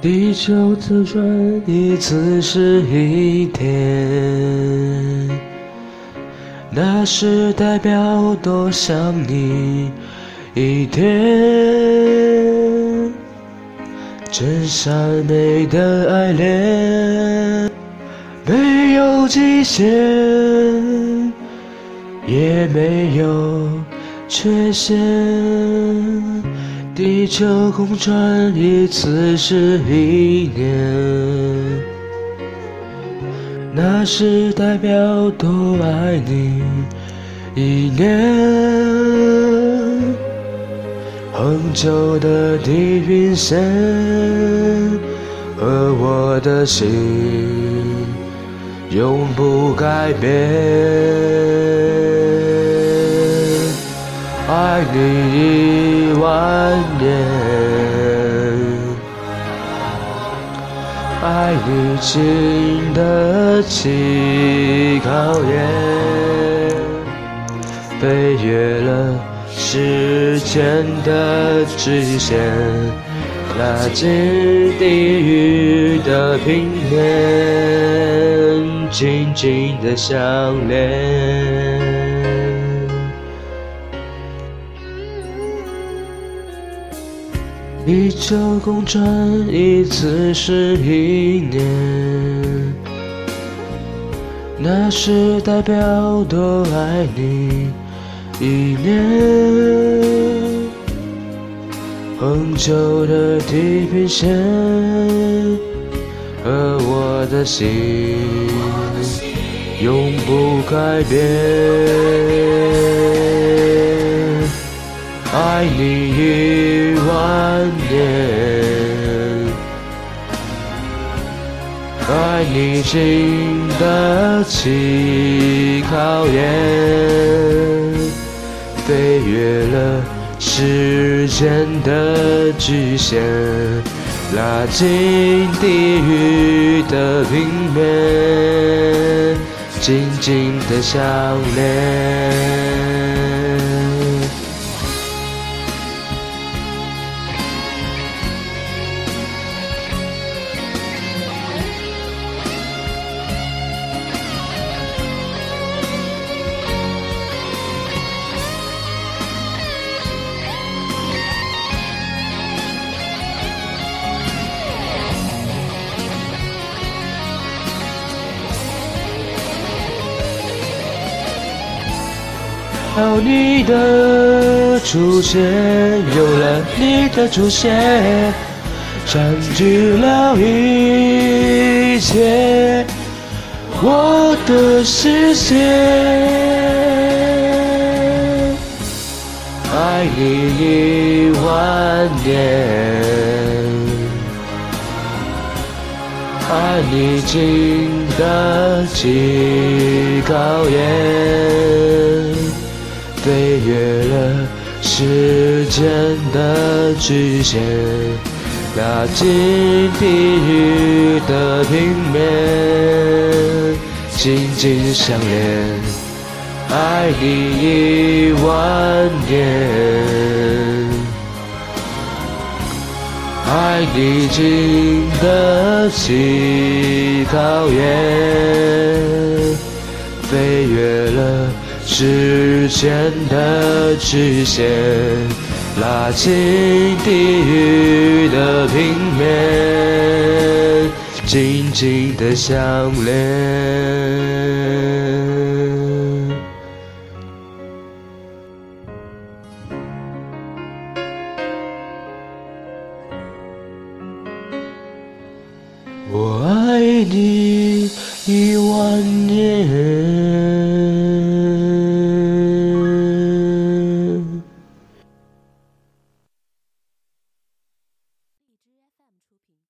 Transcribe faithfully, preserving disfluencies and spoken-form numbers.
地球自转一次是一天，那是代表多想你一天。真善美的爱恋，没有极限，也没有缺陷。地球公转一次是一年，那是代表多爱你一年。恒久的地平线和我的心永不改变，爱你一万年，爱你经得起考验，飞越了时间的极限，拉近地狱的平面，紧紧的相连。地球公转一次是一年，那是代表多爱你一年。恒久的地平线和我的心永不改变，爱你一万年，爱你经得起考验，飞越了时间的局限，拉近地狱的平面，紧紧的相连。有你的出现，有了你的出现，占据了一切我的视线。爱你一万年，爱你经得起考验，飞越了时间的局限，拉近地狱的平面，紧紧相连。爱你一万年，爱你经得起考验，飞越了时间的局限，拉近地狱的平面，紧紧的相连。我爱你一万年。